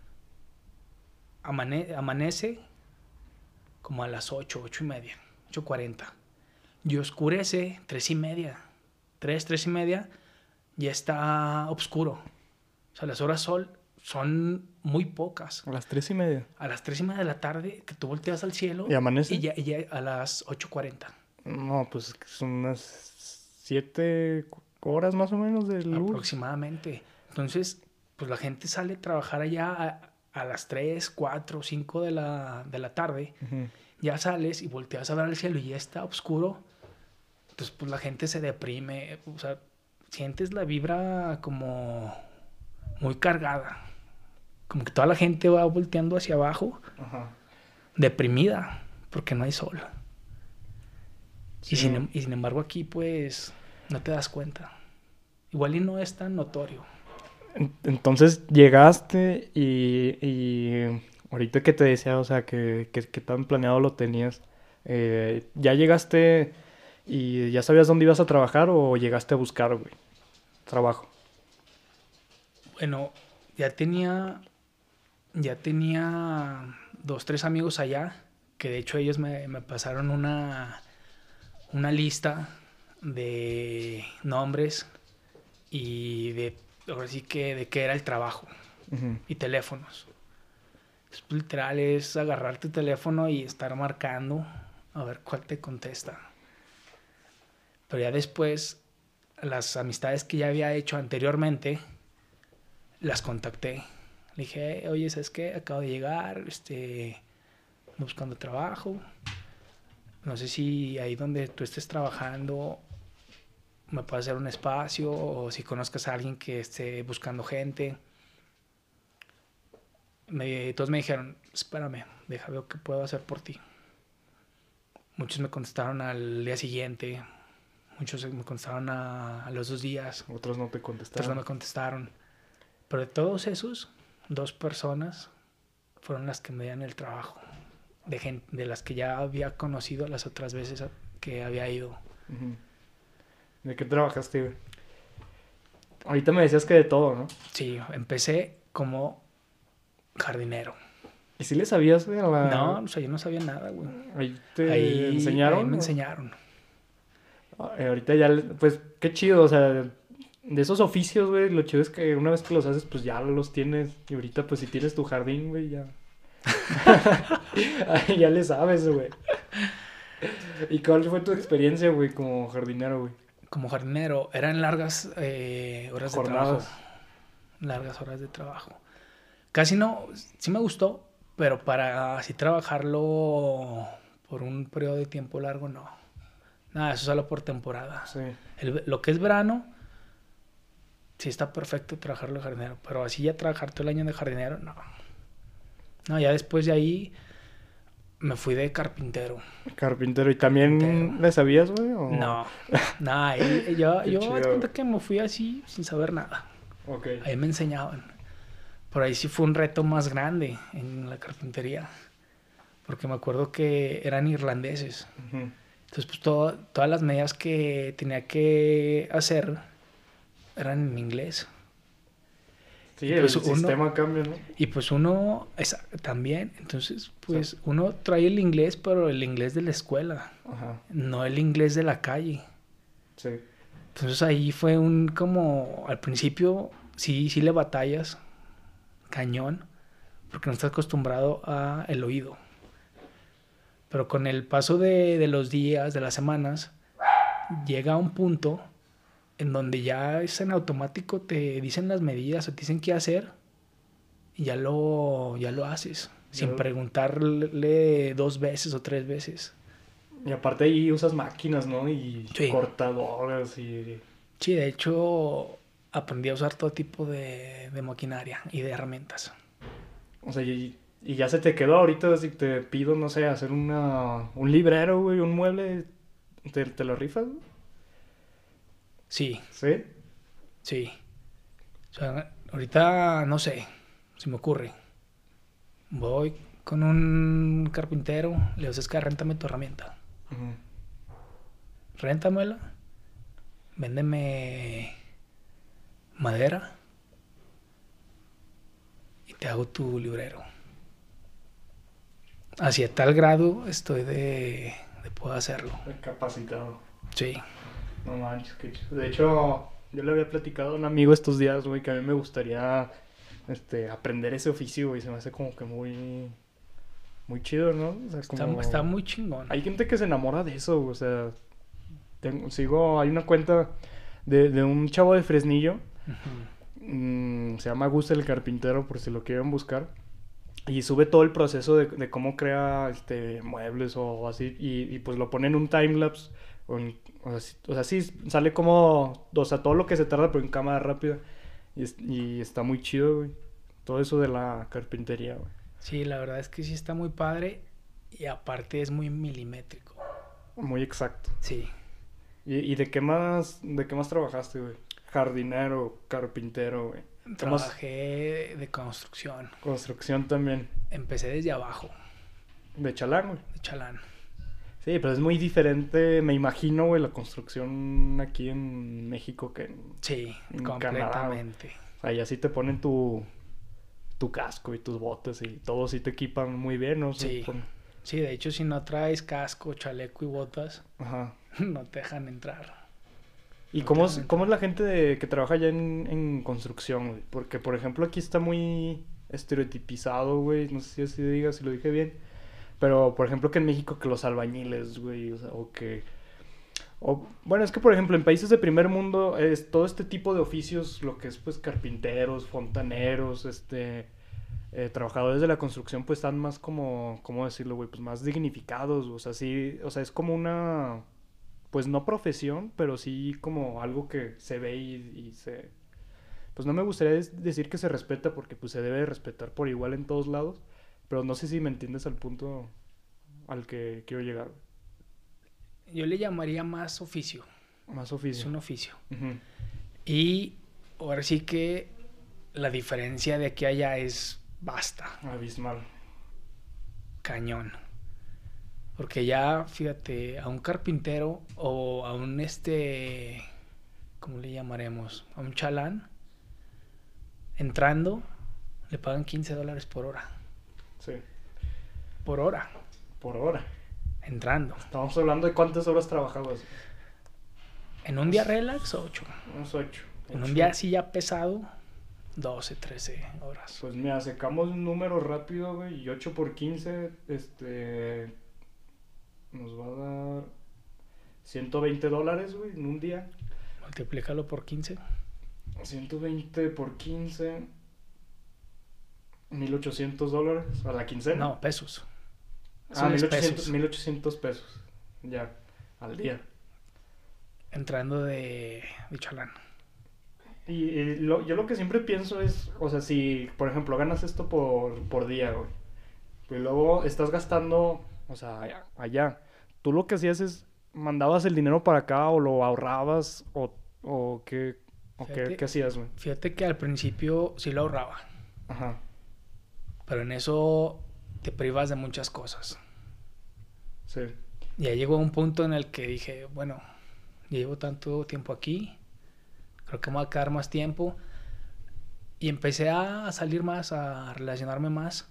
amanece como a las 8:30, 8:40. Y oscurece 3:30. 3:30, ya está oscuro. O sea, las horas sol son muy pocas.
¿A las 3:30?
A las 3:30 de la tarde, que tú volteas al cielo...
¿Y amanece?
Y ya a las 8:40.
No, pues son unas 7 horas más o menos de luz.
Aproximadamente. Entonces, pues la gente sale a trabajar allá a las 3, 4, 5 de la tarde. Ya sales y volteas a ver el cielo y ya está oscuro. Entonces, pues la gente se deprime. O sea, sientes la vibra como muy cargada. Como que toda la gente va volteando hacia abajo. Deprimida, porque no hay sol. Sí. Y sin embargo aquí, pues, no te das cuenta. Igual y no es tan notorio.
Entonces llegaste y ahorita que te decía, o sea, que tan planeado lo tenías, ¿ya llegaste y ya sabías dónde ibas a trabajar o llegaste a buscar, güey, trabajo?
Bueno, ya tenía 2, 3 amigos allá, que de hecho ellos me pasaron una lista de nombres y ahora sí que de qué era el trabajo y teléfonos. Es, literal, es agarrar tu teléfono y estar marcando a ver cuál te contesta. Pero ya después, las amistades que ya había hecho anteriormente, las contacté. Le dije, oye, ¿sabes qué? Acabo de llegar, buscando trabajo. No sé si ahí donde tú estés trabajando me puedes hacer un espacio o si conozcas a alguien que esté buscando gente. Todos me dijeron, espérame, deja ver qué puedo hacer por ti. Muchos me contestaron al día siguiente, muchos me contestaron a los 2 días.
Otros no te contestaron.
Otros no me contestaron. Pero de todos esos, 2 personas fueron las que me dieron el trabajo. De las que ya había conocido las otras veces que había ido.
Uh-huh. ¿De qué trabajaste, güey? Ahorita me decías que de todo, ¿no?
Sí, empecé como jardinero.
¿Y si le sabías, güey?
No, o sea, yo no sabía nada, güey.
¿Ahí te enseñaron?
Ahí me enseñaron.
Ahorita ya, pues, qué chido, o sea, de esos oficios, güey, lo chido es que una vez que los haces, pues ya los tienes. Y ahorita, pues, si tienes tu jardín, güey, ya... ya le sabes, güey. ¿Y cuál fue tu experiencia, güey, como jardinero, güey?
Como jardinero, eran largas horas de trabajo. Largas horas de trabajo. Casi no, sí me gustó, pero para así trabajarlo por un periodo de tiempo largo, no. Nada, eso solo por temporada.
Sí.
Lo que es verano, sí está perfecto trabajarlo de jardinero, pero así ya trabajar todo el año de jardinero, no. No, ya después de ahí me fui de carpintero.
Carpintero. ¿Y también le sabías, güey? ¿O?
No, nada. Yo cuenta que me fui así sin saber nada.
Okay.
Ahí me enseñaban. Por ahí sí fue un reto más grande en la carpintería. Porque me acuerdo que eran irlandeses. Uh-huh. Entonces, pues todas las medidas que tenía que hacer eran en inglés.
Sí, pues el sistema cambia, ¿no?
Y pues uno también, entonces pues sí. Uno trae el inglés, pero el inglés de la escuela, ajá, no el inglés de la calle.
Sí.
Entonces ahí fue como, al principio sí le batallas, cañón, porque no estás acostumbrado a el oído. Pero con el paso de los días, de las semanas, llega a un punto en donde ya es en automático, te dicen las medidas o te dicen qué hacer y ya lo haces, sin preguntarle 2 veces o 3 veces.
Y aparte ahí usas máquinas, ¿no? Y
sí,
cortadoras y...
Sí, de hecho aprendí a usar todo tipo de maquinaria y de herramientas.
O sea, y ya se te quedó ahorita, si te pido, no sé, hacer un librero, güey, un mueble, ¿te lo rifas, güey?
Sí.
¿Sí?
Sí. O sea, ahorita no sé, si me ocurre. Voy con un carpintero, le digo, es que réntame tu herramienta. Uh-huh. Réntamela, véndeme madera y te hago tu librero. Así a tal grado estoy de poder hacerlo.
Capacitado.
Sí.
No manches, qué chido. De hecho, yo le había platicado a un amigo estos días, güey, que a mí me gustaría aprender ese oficio, güey. Se me hace como que muy chido, ¿no? O sea, como...
Está muy chingón.
Hay gente que se enamora de eso, o sea... hay una cuenta de un chavo de Fresnillo. Uh-huh. Se llama Gus el Carpintero, por si lo quieren buscar. Y sube todo el proceso de cómo crea muebles o así. Y pues lo pone en un timelapse. O sea, sí, sale como... O sea, todo lo que se tarda, pero en cámara rápida. Y está muy chido, güey. Todo eso de la carpintería, güey.
Sí, la verdad es que sí está muy padre. Y aparte es muy milimétrico.
Muy exacto.
Sí.
¿Y de qué más trabajaste, güey? Jardinero, carpintero, güey.
Trabajé de construcción.
Construcción también.
Empecé desde abajo.
De chalán, güey.
De chalán.
Sí, pero es muy diferente, me imagino, güey, la construcción aquí en México que
en completamente.
Canadá, o sea, ya sí te ponen tu casco y tus botas y todo sí te equipan muy bien, ¿no?
Sí. Sí, de hecho, si no traes casco, chaleco y botas, no te dejan entrar.
¿Y cómo es la gente que trabaja ya en construcción, güey? Porque, por ejemplo, aquí está muy estereotipizado, güey, no sé si así diga, si lo dije bien. Pero, por ejemplo, que en México que los albañiles, güey, o sea, bueno, es que, por ejemplo, en países de primer mundo es todo este tipo de oficios, lo que es, pues, carpinteros, fontaneros, trabajadores de la construcción, pues, están más como, ¿cómo decirlo, güey? Pues, más dignificados, o sea, sí, o sea, es como una, pues, no profesión, pero sí como algo que se ve y se... Pues, no me gustaría decir que se respeta porque, pues, se debe respetar por igual en todos lados. Pero no sé si me entiendes al punto al que quiero llegar.
Yo le llamaría más oficio.
Más oficio.
Es un oficio. Y ahora sí que la diferencia de aquí a allá es vasta.
Abismal.
Cañón. Porque ya, fíjate, a un carpintero o a un ¿cómo le llamaremos? A un chalán, entrando, le pagan $15 por hora.
Sí.
Por hora.
Por hora.
Entrando.
Estamos hablando de cuántas horas trabajabas.
En un día relax, 8.
Unos 8.
En un día así ya pesado, 12, 13 horas.
Pues mira, sacamos un número rápido, güey, y 8 por 15, nos va a dar $120, güey, en un día.
Multiplícalo por 15.
120 por 15... $1,800 a la quincena.
No, pesos.
Ah, 1,800 pesos. Ya, al día.
Entrando de chalán.
Y yo lo que siempre pienso es, o sea, si, por ejemplo, ganas esto por día, güey, y luego estás gastando, o sea, allá, tú lo que hacías es, mandabas el dinero para acá o lo ahorrabas o qué hacías, güey.
Fíjate que al principio sí lo ahorraba.
Ajá.
Pero en eso te privas de muchas cosas.
Sí.
Ya llegó un punto en el que dije, bueno, llevo tanto tiempo aquí, creo que me va a quedar más tiempo. Y empecé a salir más, a relacionarme más.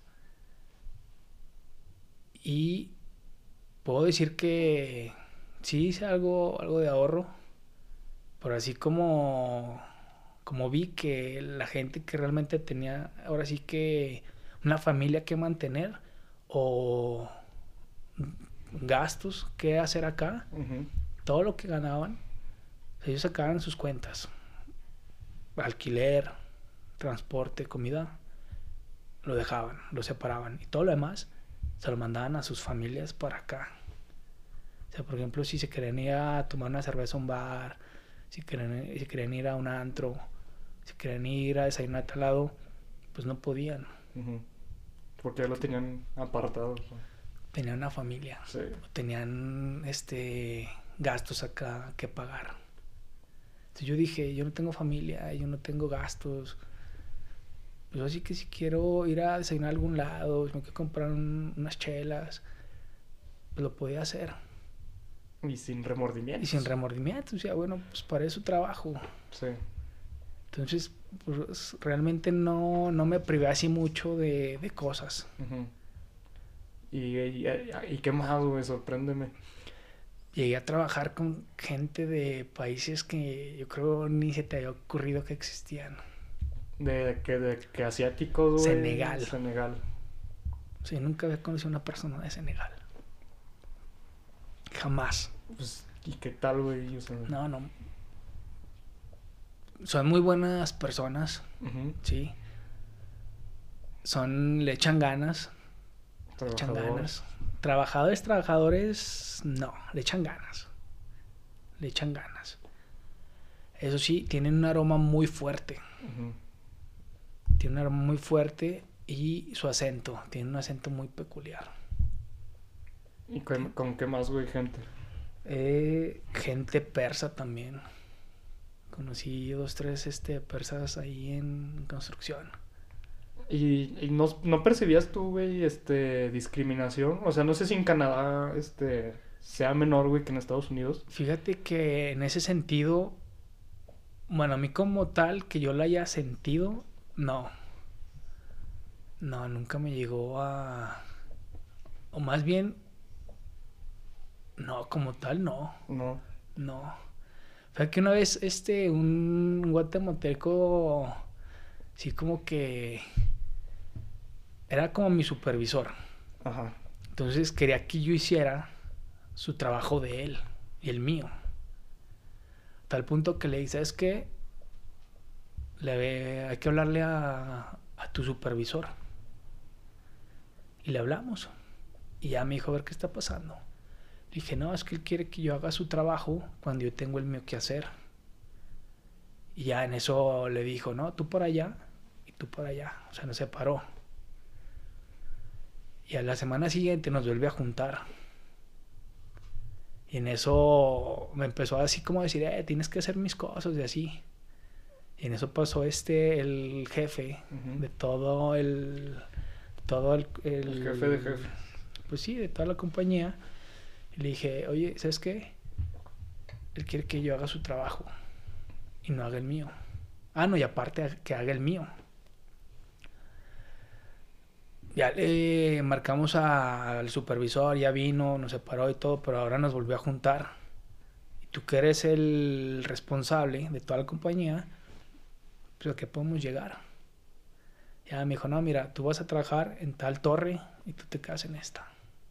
Y puedo decir que sí hice algo de ahorro. Pero así como vi que la gente que realmente tenía, ahora sí que una familia que mantener o gastos que hacer acá, todo lo que ganaban, ellos sacaban sus cuentas. Alquiler, transporte, comida, lo dejaban, lo separaban. Y todo lo demás se lo mandaban a sus familias para acá. O sea, por ejemplo, si se querían ir a tomar una cerveza a un bar, si querían ir a un antro, si querían ir a desayunar a tal lado, pues no podían.
Porque ya lo tenían apartado.
Tenían una familia.
Sí.
Tenían gastos acá que pagar. Entonces yo dije, yo no tengo familia, yo no tengo gastos. Pues así que si quiero ir a desayunar a algún lado, si me quiero comprar unas chelas, pues lo podía hacer.
Y sin remordimientos.
O sea, bueno, pues para eso trabajo.
Sí.
Entonces, pues realmente no me privé así mucho de cosas.
¿Y qué más, güey? Sorpréndeme.
Llegué a trabajar con gente de países que yo creo ni se te había ocurrido que existían.
¿De qué asiáticos, güey?
Senegal. Sí, nunca había conocido a una persona de Senegal. Jamás.
Pues, ¿y qué tal, güey? O sea...
No. Son muy buenas personas, sí. Le echan ganas. Trabajadores, no, le echan ganas. Eso sí, tienen un aroma muy fuerte. Tienen un aroma muy fuerte y su acento, tiene un acento muy peculiar.
¿Y con qué más, güey, gente?
Gente persa también. Conocí 2, 3 persas ahí en construcción.
¿Y no percibías tú, güey, discriminación? O sea, no sé si en Canadá, sea menor, güey, que en Estados Unidos.
Fíjate que en ese sentido, bueno, a mí como tal, que yo la haya sentido, no. No, nunca me llegó a... O más bien, no, como tal, no.
No.
No. Fue que una vez, un guatemalteco, sí como que era como mi supervisor.
Ajá.
Entonces quería que yo hiciera su trabajo de él y el mío. Tal punto que le dije, ¿sabes qué? Hay que hablarle a tu supervisor. Y le hablamos. Y ya me dijo, a ver qué está pasando. Le dije, no, es que él quiere que yo haga su trabajo cuando yo tengo el mío que hacer. Y ya en eso le dijo, no, tú por allá y tú por allá. O sea, nos separó. Y a la semana siguiente nos vuelve a juntar. Y en eso me empezó así como a decir, tienes que hacer mis cosas y así. Y en eso pasó el jefe de
el jefe de jefe.
Pues sí, de toda la compañía. Y le dije, oye, ¿sabes qué? Él quiere que yo haga su trabajo y no haga el mío. Ah, no, y aparte que haga el mío. Ya le marcamos al supervisor, ya vino, nos separó y todo, pero ahora nos volvió a juntar. Y tú que eres el responsable de toda la compañía, pues ¿a qué podemos llegar? Ya me dijo, no, mira, tú vas a trabajar en tal torre y tú te quedas en esta.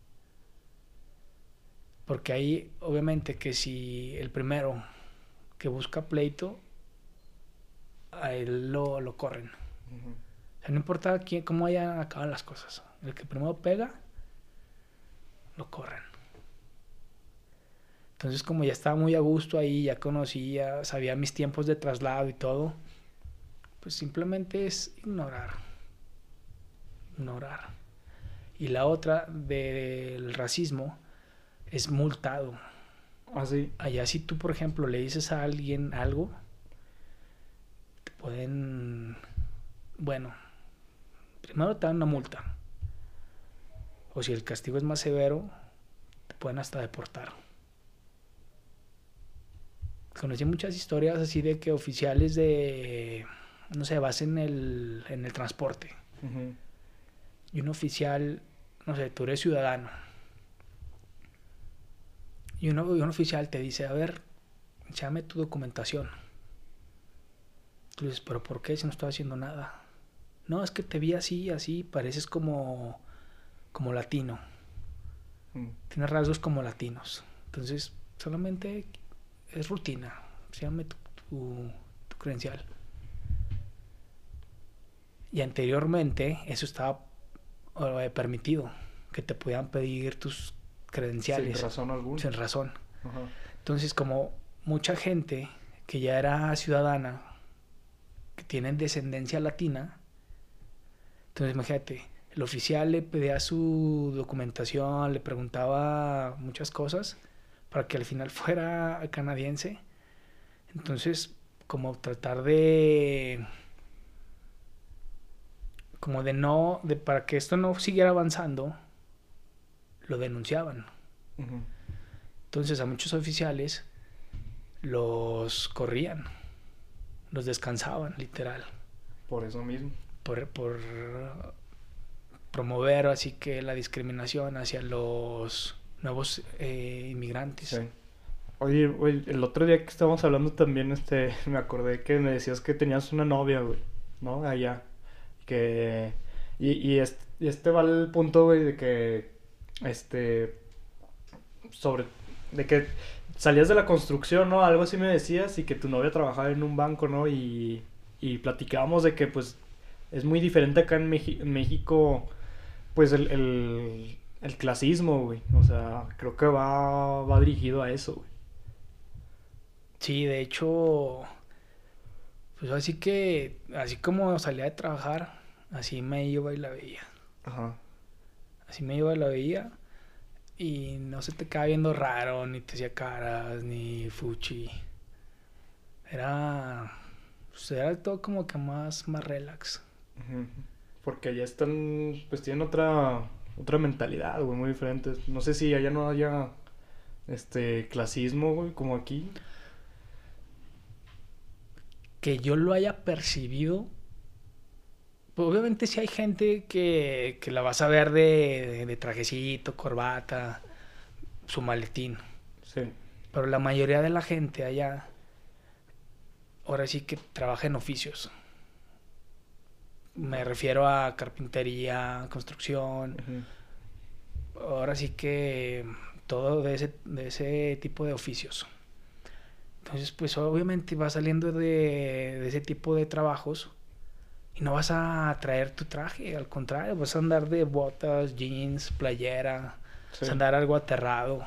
Porque ahí, obviamente, que si el primero que busca pleito, a él lo corren. O sea, no importa cómo hayan acabado las cosas. El que primero pega, lo corren. Entonces, como ya estaba muy a gusto ahí, ya conocía, sabía mis tiempos de traslado y todo, pues simplemente es ignorar. Y la otra del racismo es multado.
¿Ah, sí?
Allá si tú, por ejemplo, le dices a alguien algo, te pueden... Bueno, primero te dan una multa. O si el castigo es más severo, te pueden hasta deportar. Conocí muchas historias así de que oficiales no sé, vas en el transporte. Uh-huh. Y un oficial, no sé, tú eres ciudadano. Y un oficial te dice, a ver, échame tu documentación. Tú dices, pero ¿por qué si no estoy haciendo nada? No, es que te vi así, pareces como latino. Tienes rasgos como latinos. Entonces, solamente es rutina. Échame tu credencial. Y anteriormente eso estaba permitido, que te pudieran pedir tus credenciales.
Sin razón alguna.
Sin razón.
Uh-huh.
Entonces, como mucha gente que ya era ciudadana, que tienen descendencia latina, entonces imagínate, el oficial le pedía su documentación, le preguntaba muchas cosas para que al final fuera canadiense. Entonces, como tratar para que esto no siguiera avanzando, lo denunciaban. Uh-huh. Entonces a muchos oficiales los corrían, los descansaban, literal.
Por eso mismo.
Por promover así que la discriminación hacia los nuevos inmigrantes. Sí.
Oye, güey, el otro día que estábamos hablando también, me acordé que me decías que tenías una novia, güey, ¿no? Allá. Y este va al punto, güey, de que, de que salías de la construcción, ¿no? Algo así me decías, y que tu novia trabajaba en un banco, ¿no? Y platicábamos de que, pues, es muy diferente acá en México, pues, el clasismo, güey. O sea, creo que va dirigido a eso, güey.
Sí, de hecho, pues así que, así como salía de trabajar, así me iba y la veía.
Ajá.
Así me iba y la veía y no se te quedaba viendo raro, ni te hacía caras, ni fuchi. Era todo como que más relax.
Uh-huh. Porque allá están, pues tienen otra mentalidad, güey, muy diferente. No sé si allá no haya, clasismo, güey, como aquí.
Que yo lo haya percibido, pues obviamente sí hay gente que la vas a ver de trajecito, corbata, su maletín.
Sí.
Pero la mayoría de la gente allá, ahora sí que trabaja en oficios. Me refiero a carpintería, construcción. Uh-huh. Ahora sí que todo de ese tipo de oficios. Entonces, pues obviamente vas saliendo de ese tipo de trabajos y no vas a traer tu traje. Al contrario, vas a andar de botas, jeans, playera. Sí. Vas a andar algo aterrado,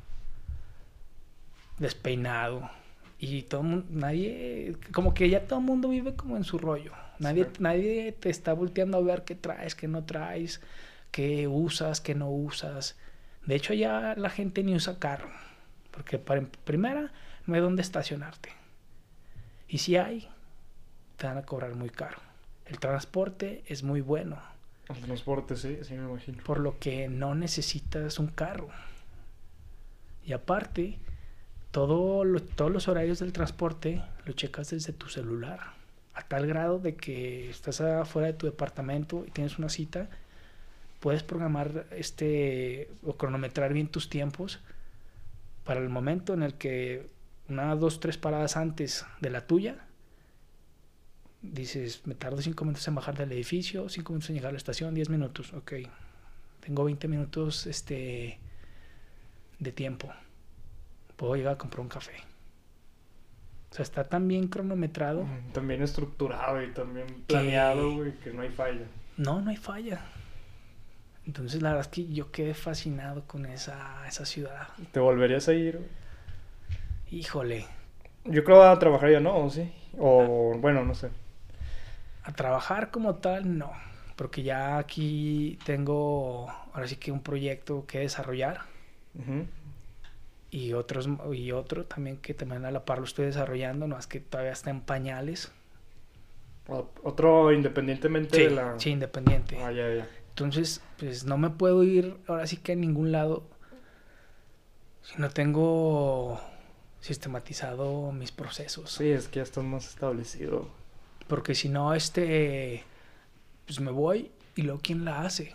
despeinado. Y todo nadie, como que ya todo el mundo vive como en su rollo. Nadie te está volteando a ver qué traes, qué no traes, qué usas, qué no usas. De hecho, ya la gente ni usa carro. Porque primera, no hay dónde estacionarte. Y si hay, te van a cobrar muy caro. El transporte es muy bueno.
El transporte, sí me imagino.
Por lo que no necesitas un carro. Y aparte, todos los horarios del transporte lo checas desde tu celular. A tal grado de que estás afuera de tu departamento y tienes una cita, puedes programar o cronometrar bien tus tiempos para el momento en el que 1, 2, 3 paradas antes de la tuya, dices, me tardo 5 minutos en bajar del edificio, 5 minutos en llegar a la estación, 10 minutos, ok. Tengo 20 minutos de tiempo. Puedo llegar a comprar un café. O sea, está tan bien cronometrado.
También estructurado y también planeado, güey, que no hay falla.
No hay falla. Entonces, la verdad es que yo quedé fascinado con esa ciudad.
¿Te volverías a ir?
Híjole.
Yo creo que a trabajar ya no, ¿sí? O, bueno, no sé.
A trabajar como tal, no. Porque ya aquí tengo, ahora sí que un proyecto que desarrollar. Uh-huh. Y otro también que también a la par lo estoy desarrollando, no es que todavía está en pañales.
Otro independientemente de la...
Sí, independiente.
Ya.
Entonces, pues no me puedo ir ahora sí que a ningún lado si no tengo sistematizado mis procesos.
Sí, es que ya estás más establecido.
Porque si no, pues me voy y luego ¿quién la hace?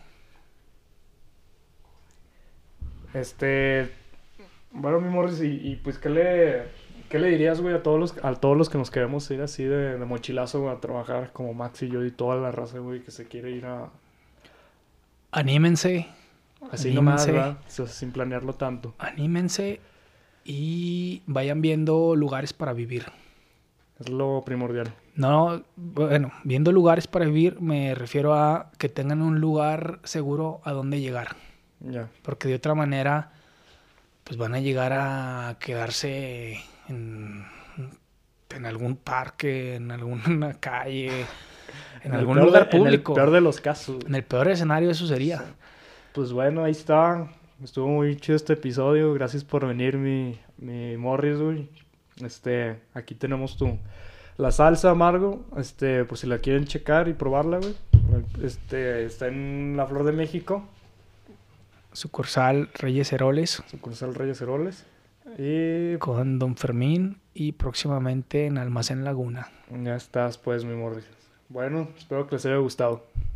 Bueno, mi Morris, y pues ¿qué le dirías, güey, a todos los que nos queremos ir así de mochilazo, güey, a trabajar como Max y yo y toda la raza, güey, que se quiere ir a...
Anímense.
Así nomás, ¿verdad? Sin planearlo tanto.
Anímense y vayan viendo lugares para vivir.
Es lo primordial.
No, bueno, viendo lugares para vivir me refiero a que tengan un lugar seguro a donde llegar.
Ya.
Porque de otra manera, pues van a llegar a quedarse en algún parque, en alguna calle, en algún lugar público.
En el peor de los casos.
En el peor escenario eso sería.
Sí. Pues bueno, ahí está. Estuvo muy chido este episodio. Gracias por venir, mi Morris, güey. Aquí tenemos la salsa amargo, por si la quieren checar y probarla, güey. Está en la Flor de México.
Sucursal Reyes Heroles.
Y...
con Don Fermín y próximamente en Almacén Laguna.
Ya estás, pues, mi Morris. Bueno, espero que les haya gustado.